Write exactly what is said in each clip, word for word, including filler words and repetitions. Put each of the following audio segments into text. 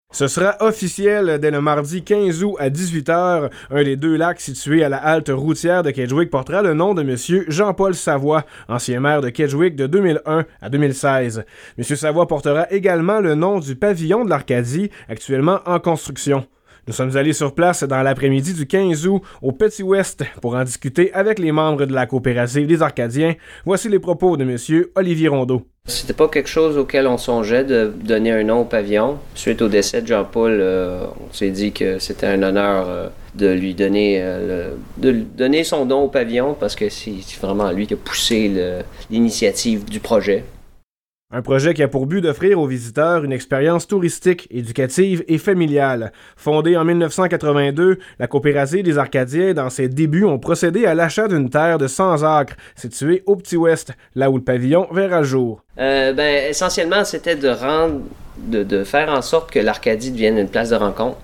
Ce sera officiel dès le mardi quinze août à dix-huit heures. Un des deux lacs situés à la halte routière de Kedgewick portera le nom de M. Jean-Paul Savoie, ancien maire de Kedgewick de deux mille un à deux mille seize. M. Savoie portera également le nom du pavillon de l'Arcadie, actuellement en construction. Nous sommes allés sur place dans l'après-midi du quinze août au Petit Ouest pour en discuter avec les membres de la coopérative des Arcadiens. Voici les propos de M. Olivier Rondeau. C'était pas quelque chose auquel on songeait de donner un nom au pavillon. Suite au décès de Jean-Paul, euh, on s'est dit que c'était un honneur euh, de lui donner, euh, le, de donner son nom au pavillon parce que c'est vraiment lui qui a poussé le, l'initiative du projet. Un projet qui a pour but d'offrir aux visiteurs une expérience touristique, éducative et familiale. Fondée en dix-neuf cent quatre-vingt-deux, la coopérative des Arcadiens, dans ses débuts, ont procédé à l'achat d'une terre de cent acres, située au Petit Ouest, là où le pavillon verra le jour. Euh, ben, essentiellement, c'était de rendre, de, de faire en sorte que l'Arcadie devienne une place de rencontre,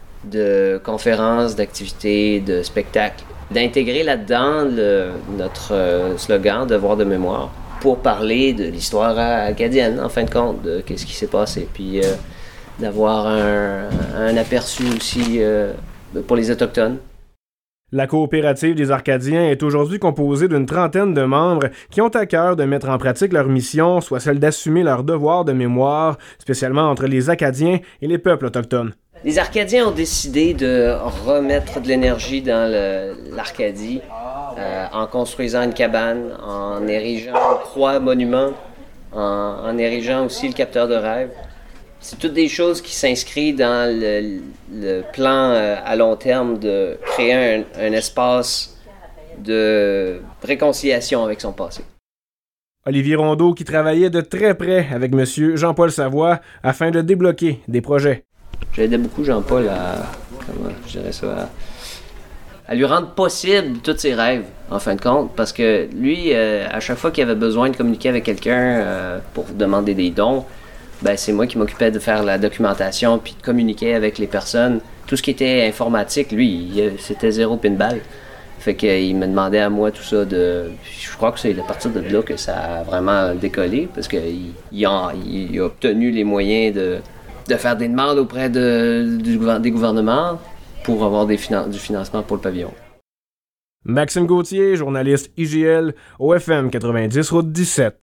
de conférences, d'activités, de spectacles, d'intégrer là-dedans le, notre euh, slogan « Devoir de mémoire ». Pour parler de l'histoire acadienne, en fin de compte, de qu'est-ce qui s'est passé, puis euh, d'avoir un, un aperçu aussi euh, pour les Autochtones. La coopérative des Arcadiens est aujourd'hui composée d'une trentaine de membres qui ont à cœur de mettre en pratique leur mission, soit celle d'assumer leur devoir de mémoire, spécialement entre les Acadiens et les peuples autochtones. Les Arcadiens ont décidé de remettre de l'énergie dans le, l'Arcadie euh, en construisant une cabane, en érigeant une croix monument, en, en érigeant aussi le capteur de rêve. C'est toutes des choses qui s'inscrivent dans le, le plan euh, à long terme de créer un, un espace de réconciliation avec son passé. Olivier Rondeau qui travaillait de très près avec M. Jean-Paul Savoie afin de débloquer des projets. J'aidais beaucoup Jean-Paul à, comment je dirais ça, à, à lui rendre possible tous ses rêves, en fin de compte, parce que lui, euh, à chaque fois qu'il avait besoin de communiquer avec quelqu'un euh, pour demander des dons, ben c'est moi qui m'occupais de faire la documentation puis de communiquer avec les personnes. Tout ce qui était informatique, lui, il, c'était zéro pinball. Fait qu'il me demandait à moi tout ça de... Je crois que c'est à partir de là que ça a vraiment décollé, parce qu'il il a, il a obtenu les moyens de... de faire des demandes auprès de, du, des gouvernements pour avoir des finan- du financement pour le pavillon. Maxime Gauthier, journaliste I G L, au F M quatre-vingt-dix, route dix-sept.